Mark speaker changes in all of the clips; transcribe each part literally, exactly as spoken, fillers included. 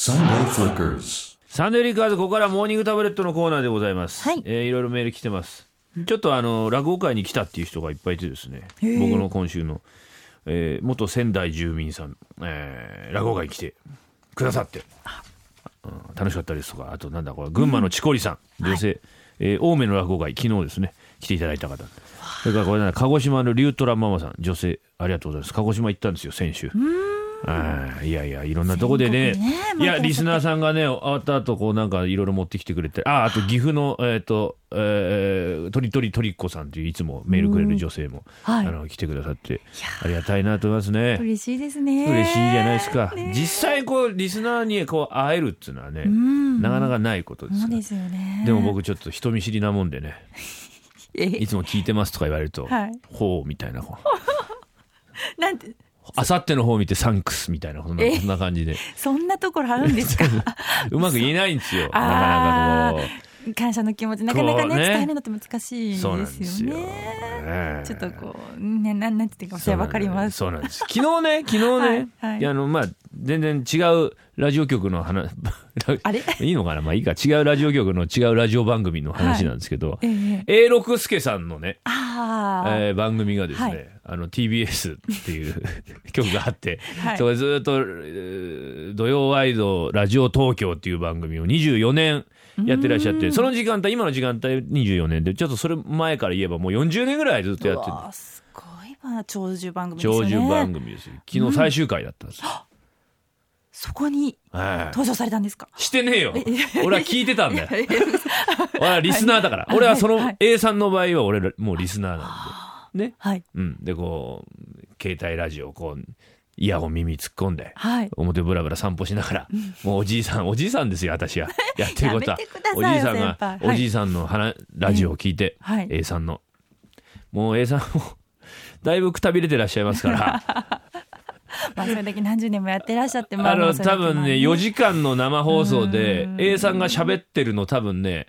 Speaker 1: Sunday Flickers。
Speaker 2: サンデーリカーズ、ここからモーニングタブレットのコーナーでございます。
Speaker 3: はい、
Speaker 2: えー、いろいろメール来てます。ちょっとあの落語会に来たっていう人がいっぱいいてですね、僕の今週の、えー、元仙台住民さん、えー、落語会に来てくださって、うん、楽しかったですとか、あとなんだこれ群馬のチコリさん、うん、女性、はい、えー、青梅の落語会昨日ですね来ていただいた方、それからこれね鹿児島のリュートラママさん、女性、ありがとうございます。鹿児島行ったんですよ先週。あいやいやいろんなとこで ね, ねいやリスナーさんがね終わった後こうなんかいろいろ持ってきてくれて、ああと岐阜のえっ、ー、と、えー、とりとりとりっこさんといういつもメールくれる女性も、はい、あの来てくださってありがたいなと思いますね。
Speaker 3: 嬉しいですね。
Speaker 2: 嬉しいじゃないですか、ね、実際こうリスナーにこう会えるっていうのはねなかなかないことですから。
Speaker 3: そうですよね。
Speaker 2: でも僕ちょっと人見知りなもんでねいつも聞いてますとか言われると、はい、ほうみたいな
Speaker 3: なんて
Speaker 2: あさっての方を見てサンクスみたいなそんな、そんな感じで
Speaker 3: そんなところあるんですか
Speaker 2: うまく言えないんですよなかなかこ
Speaker 3: う感謝の気持ちなかなか ね, ね伝えるのって難しいですよね。
Speaker 2: そうなんですよ、ね、
Speaker 3: ちょっとこう、ね、なんなんて言うかもしれない分かります。
Speaker 2: そうなんです。昨日ね昨日ね、はいはい、いやあのまあ全然違うラジオ局の話あれいいのかな、まあいいか、違うラジオ局の違うラジオ番組の話なんですけど、はい、ええ、永六輔さんのね、あ、えー、番組がですね、はい、あの ティービーエス っていう局があって、はい、そこでずっと土曜ワイドラジオ東京っていう番組をにじゅうよねんやってらっしゃって、その時間帯今の時間帯にじゅうよねんで、ちょっとそれ前から言えばもうよんじゅうねんぐらいずっとやってて、
Speaker 3: すごいわ、長寿番組ですよね。
Speaker 2: 長寿番組ですよ。昨日最終回だったんですよ、うん、
Speaker 3: そこに登場されたんですか。
Speaker 2: してねえよ俺は聞いてたんだよ俺はリスナーだから、はい、俺はその A さんの場合は俺もうリスナーなんでね、はい、うん、でこう携帯ラジオこうイヤホン耳突っ込んで、はい、表ブラブラ散歩しながら、うん、もうおじいさんおじいさんですよ私はやってることはおじいさんが、はい、おじいさんの話ラジオを聞いて、はい、A さんのもう A さんもだいぶくたびれてらっしゃいますから
Speaker 3: まあそれだけ何十年もやってらっしゃって、
Speaker 2: まあ、あの多分ねよじかんの生放送で A さんが喋ってるの多分ね、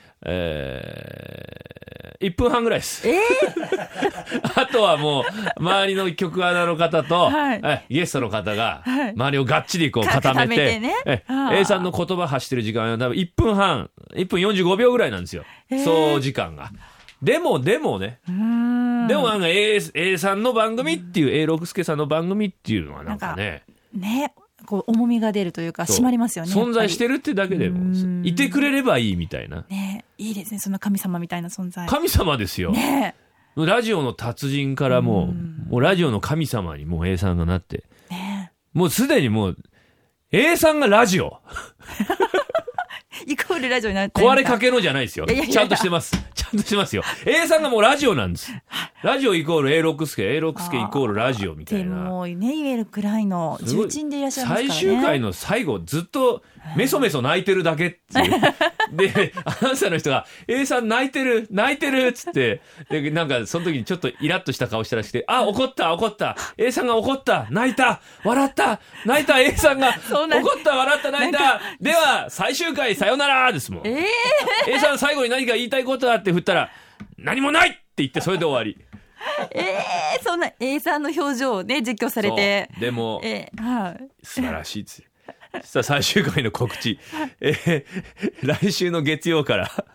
Speaker 2: えー、いっぷんはんぐらいです、えー、あとはもう周りの局アナの方と、はい、ゲストの方が周りをがっちりこう固めて、ね、A さんの言葉発してる時間は多分いっぷんはんいっぷんよんじゅうごびょうぐらいなんですよ、えー、総時間が。でもでもね、うーん、でもなんか A, A さんの番組っていう、永六輔さんの番組っていうのはなんかね、
Speaker 3: ね、こう重みが出るというか締まりますよね。
Speaker 2: 存在してるってだけでもいてくれればいいみたいな、
Speaker 3: ね、いいですね、そんな神様みたいな存在。
Speaker 2: 神様ですよ、ね、ラジオの達人からも う, もうラジオの神様にもう A さんがなって、ね、もうすでにもう A さんがラジオ
Speaker 3: イコールラジオになって
Speaker 2: 壊れかけのじゃないですよ。いやいやいや、ちゃんとしてます。ちゃんとしてますよ。A さんがもうラジオなんです。ラジオイコール 永六輔、永六輔イコールラジオみたいな。
Speaker 3: でもね、言えるくらいの重鎮でいらっしゃいますからね。
Speaker 2: 最終回の最後ずっとメソメソ泣いてるだけっていうでアナウンサーの人が A さん泣いてる泣いてるっつって、でなんかその時にちょっとイラッとした顔したらしくて、あ、怒った怒った A さんが怒った泣いた笑った泣いた A さんが怒った笑った泣いたでは最終回さよならですもん、えー、A さん最後に何か言いたいことあって振ったら何もないって言ってそれで終わり
Speaker 3: えー、そんな A さんの表情をね実況されて、
Speaker 2: でも、
Speaker 3: えーはい、
Speaker 2: 素晴らしいですよ。さあ最終回の告知、えー、来週の月曜から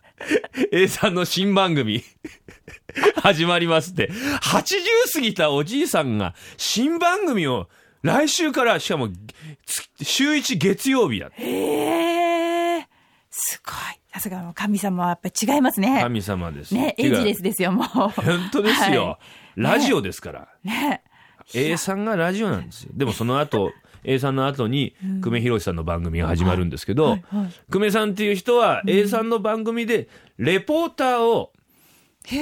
Speaker 2: A さんの新番組始まりますって。はちじゅう過ぎたおじいさんが新番組を来週から、しかも週いち月曜日だって。
Speaker 3: へー、すごい。さすが神様はやっぱり違いますね。
Speaker 2: 神様です
Speaker 3: ね、エイジレスですよもう。
Speaker 2: 本当ですよ、はい、ラジオですから、
Speaker 3: ねね、
Speaker 2: A さんがラジオなんですよ。でもその後A さんの後に久米宏さんの番組が始まるんですけど、うんはいはいはい、久米さんっていう人は A さんの番組でレポーターを、うん、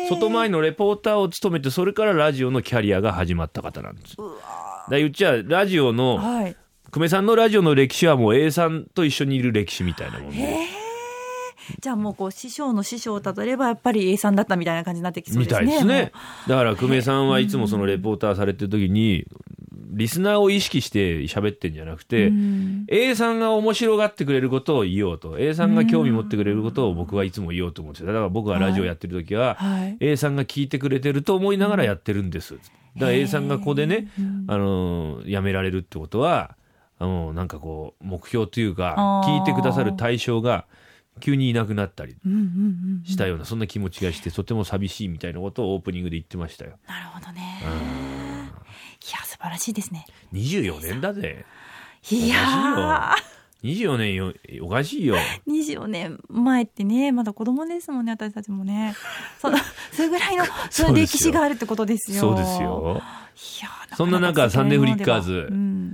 Speaker 2: 外前のレポーターを務めて、それからラジオのキャリアが始まった方なんです。うわだ言っちゃラジオの、はい、久米さんのラジオの歴史はもう A さんと一緒にいる歴史みたいなもんで、
Speaker 3: じゃあもうこう師匠の師匠をたどればやっぱり A さんだったみたいな感じになってきそうですね。
Speaker 2: みたいですね。だから久米さんはいつもそのレポーターされてる時にリスナーを意識して喋ってんじゃなくて、うん、A さんが面白がってくれることを言おうと、 A さんが興味持ってくれることを僕はいつも言おうと思うんですよ。だから僕がラジオやってる時は、はい、A さんが聞いてくれてると思いながらやってるんです。だから A さんがここでね、あのー、辞められるってことはうん、なんかこう目標というか聞いてくださる対象が急にいなくなったりしたような、そんな気持ちがしてとても寂しいみたいなことをオープニングで言ってましたよ。
Speaker 3: なるほどね。いや素晴らしいですね。
Speaker 2: にじゅうよねんだぜ。
Speaker 3: いや
Speaker 2: にじゅうよねんよおかしいよ。
Speaker 3: にじゅうよねんまえってねまだ子供ですもんね、私たちもね。そのそれぐらいのその歴史があるってことですよ。
Speaker 2: そうですよ。
Speaker 3: いや
Speaker 2: そんな中サンデーフリッカーズ、うん、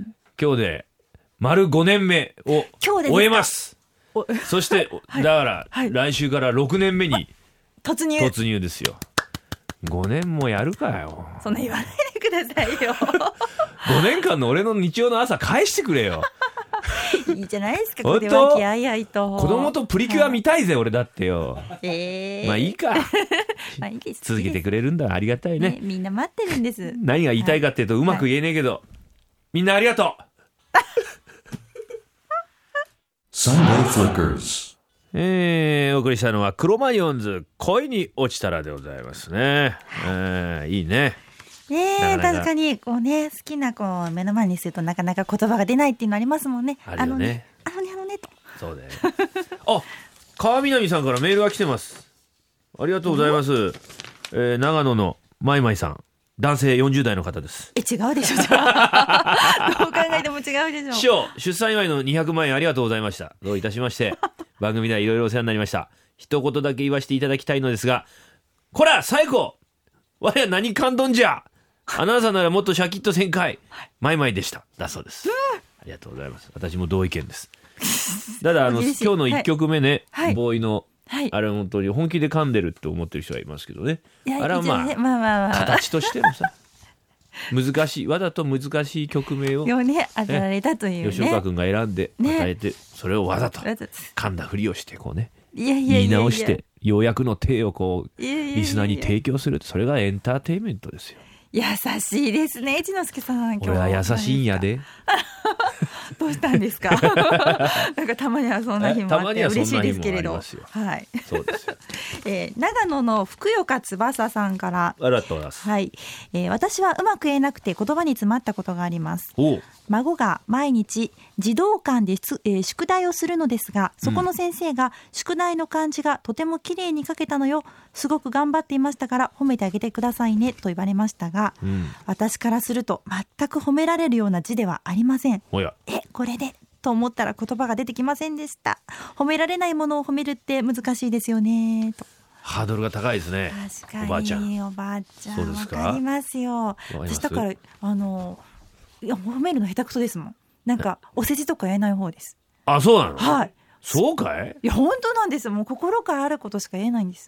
Speaker 2: 今日で丸ごねんめを終えます。そして、はい、だから、はい、来週からろくねんめに
Speaker 3: 突入
Speaker 2: 突入ですよ。ごねんもやるかよ。
Speaker 3: そんな言わないでくださいよ。
Speaker 2: ごねんかんの俺の日曜の朝返してくれよ。
Speaker 3: いいじゃないですか。これは気合い合いと
Speaker 2: 子供とプリキュア見たいぜ、はい、俺だってよ。
Speaker 3: えー、
Speaker 2: まあいいか。まあいいです。続けてくれるんだ、ありがたい ね, ね。
Speaker 3: みんな待ってるんです。
Speaker 2: 何が言いたいかっていうと、はい、うまく言えねえけど、はい、みんなありがとう。Sunday Flickers。えー、お送りしたのはクロマニヨンズ恋に落ちたらでございますね。えー、いいね。
Speaker 3: ねえ、確かにこうね好きな子を目の前にするとなかなか言葉が出ないっていうのありますもんね。
Speaker 2: あるよね。
Speaker 3: あのねあのねあのねと。
Speaker 2: そうだよ。あ、川南さんからメールが来てます。ありがとうございます。えー、長野のまいまいさん。男性よんじゅう代の方です。
Speaker 3: え、違うでしょ。じゃあどう考えても違うでしょ。
Speaker 2: 師匠、出産祝いのにひゃくまんえんありがとうございました。どういたしまして。番組ではいろいろお世話になりました。一言だけ言わせていただきたいのですが、こら最高我は何感動じゃ。アナウンサーならもっとシャキッとせんかい。マイマイでしただそうです。ありがとうございます。私も同意見です。ただあの今日のいっきょくめね、はい、ボーイのはい、あれ本当に本気で噛んでるって思ってる人はいますけどね。あれはまあ、ねまあまあまあ、形としてもさ難しいわざと難しい曲名を
Speaker 3: ね当てられたというね、
Speaker 2: 吉岡君が選んで与えて、ね、それをわざと噛んだふりをしてこうねいやいやいやいや言い直してようやくの体をこうリスナーに提供する、それがエンターテインメントですよ。
Speaker 3: 優しいですね一之輔さん。
Speaker 2: 俺は優しいんやで。
Speaker 3: どうしたんですか。なんかたまにはそんな日もあって嬉しいですけれど。はい。
Speaker 2: そうですよ。
Speaker 3: えー、長野の福岡翼さんから
Speaker 2: ありがとうございます。
Speaker 3: はい、えー。私はうまく言えなくて言葉に詰まったことがあります。お孫が毎日児童館で、えー、宿題をするのですが、そこの先生が宿題の漢字がとても綺麗に書けたのよ、すごく頑張っていましたから褒めてあげてくださいねと言われましたが、うん、私からすると全く褒められるような字ではありません。おやえこれでと思ったら言葉が出てきませんでした。褒められないものを褒めるって難しいですよねと。
Speaker 2: ハードルが高いですね。
Speaker 3: 確かにお
Speaker 2: ばあちゃん。
Speaker 3: おばあちゃんわかりますよ。私だからあのいや褒めるの下手くそですもん。なんかお世辞とか言えない方です。
Speaker 2: あ、そうなの。
Speaker 3: はい。
Speaker 2: そうかい。
Speaker 3: いや本当なんです。もう心からあることしか言えないんです。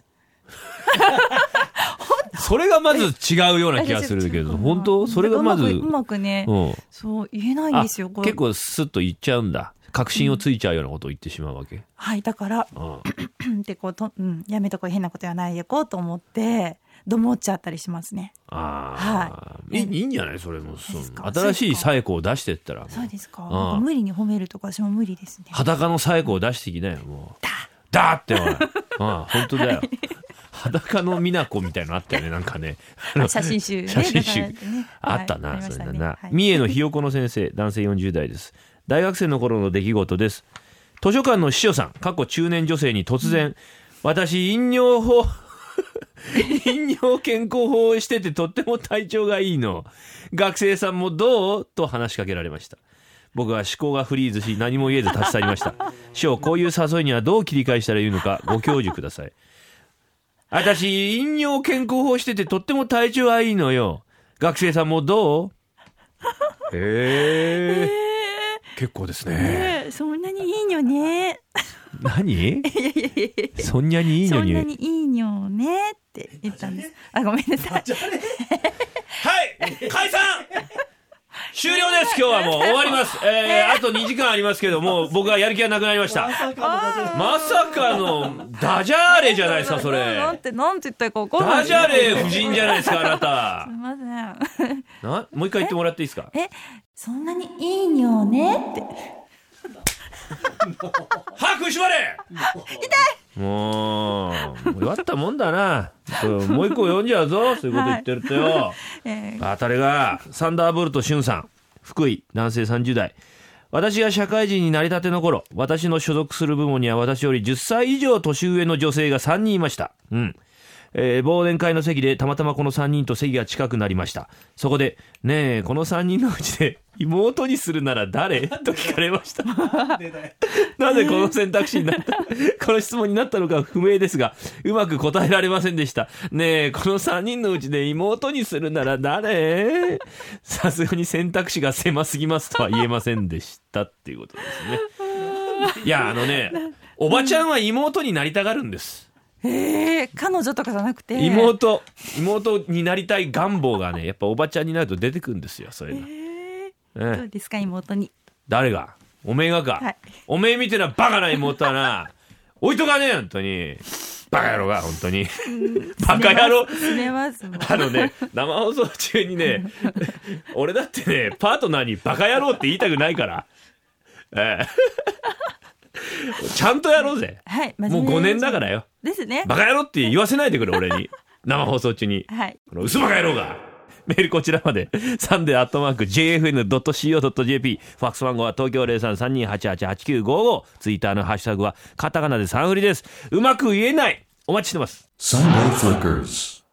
Speaker 2: それがまず違うような気がするけど、本当それがまず
Speaker 3: うまくね、うん、そう言えないんですよ。
Speaker 2: 結構スッと言っちゃうんだ。確信をついちゃうようなことを言ってしまうわけ、うん、
Speaker 3: はい。だからでこうと、うん、やめとこう変なこと言わないでこうと思ってどもっちゃったりしますね。
Speaker 2: あ、はい、いい、いいんじゃないそれも。そ新しいサエコを出してったら。
Speaker 3: そうですか。なんか無理に褒めるとか私も無理ですね。
Speaker 2: 裸のサエコを出してきなよもう。だだっておいあ本当だよ、はい、裸の美奈子みたいなのあったよねなんかね
Speaker 3: 写真集、ね、
Speaker 2: 写真集、ね、あったな、はい、それだな、はい、三重のひよこの先生男性よんじゅう代です。大学生の頃の出来事です。図書館の司書さん過去中年女性に突然、うん、私飲尿法飲尿健康法をしててとっても体調がいいの、学生さんもどうと話しかけられました。僕は思考がフリーズし何も言えず立ち去りました。師匠こういう誘いにはどう切り返したらいいのかご教授ください。私飲尿健康法しててとっても体調はいいのよ、学生さんもどう。へえ結構ですね。
Speaker 3: ねそんなにいいのね。
Speaker 2: 何そんなにいいのに
Speaker 3: そんなにいいのねって言ったんです。あごめんなさい。
Speaker 2: はい解散終了です。今日はもう終わります、えー、あとにじかんありますけども僕はやる気がなくなりました。まさかのダジャーレじゃないですかそれ。
Speaker 3: なんてなんて言ったか分かんない。
Speaker 2: ダジャーレ夫人じゃないですかあなた。
Speaker 3: すみません
Speaker 2: なもう一回言ってもらっていいですか。
Speaker 3: えそんなにいいのねって
Speaker 2: 歯食いしばれ
Speaker 3: 痛
Speaker 2: いもう弱ったもんだな。もう一個読んじゃうぞそういうこと言ってるとよ、はいえー、あたれがサンダーボルトしゅんさん福井男性さんじゅう代。 私が社会人になりたての頃、私の所属する部門には私よりじゅっさい以上年上の女性がさんにんいました。うん。えー、忘年会の席でたまたまこのさんにんと席が近くなりました。そこで、ねえ、このさんにんのうちで妹にするなら誰と聞かれました。なぜこの選択肢になったこの質問になったのか不明ですが、うまく答えられませんでした。ねえ、このさんにんのうちで妹にするなら誰？さすがに選択肢が狭すぎますとは言えませんでしたっていうことですね。いや、あのね、おばちゃんは妹になりたがるんです。
Speaker 3: えー、彼女とかじゃなくて
Speaker 2: 妹妹になりたい願望がね、やっぱおばちゃんになると出てくるんですよ、そういうの。
Speaker 3: えーね、どうですか妹に。
Speaker 2: 誰が？おめえがか、はい、おめえみてえなバカな妹はな置いとかねえ、本当にバカ野郎が、本当にバカ野郎。あのね、生放送中にね俺だってね、パートナーにバカ野郎って言いたくないから、ええちゃんとやろうぜ、はい、もうごねんだからよ。
Speaker 3: ですね。
Speaker 2: バカ野郎って言わせないでくれ俺に生放送中に、はい、この嘘バカ野郎が。メールこちらまでサンデーアットマーク ジェイエフエヌドットシーオードットジェーピー、 ファックス番号は東京 ゼロさん さんにーはちはち はちきゅうごご、ツイッターのハッシュタグはカタカナでサンフリです。うまく言えない、お待ちしてます。サンデーフリッカーズ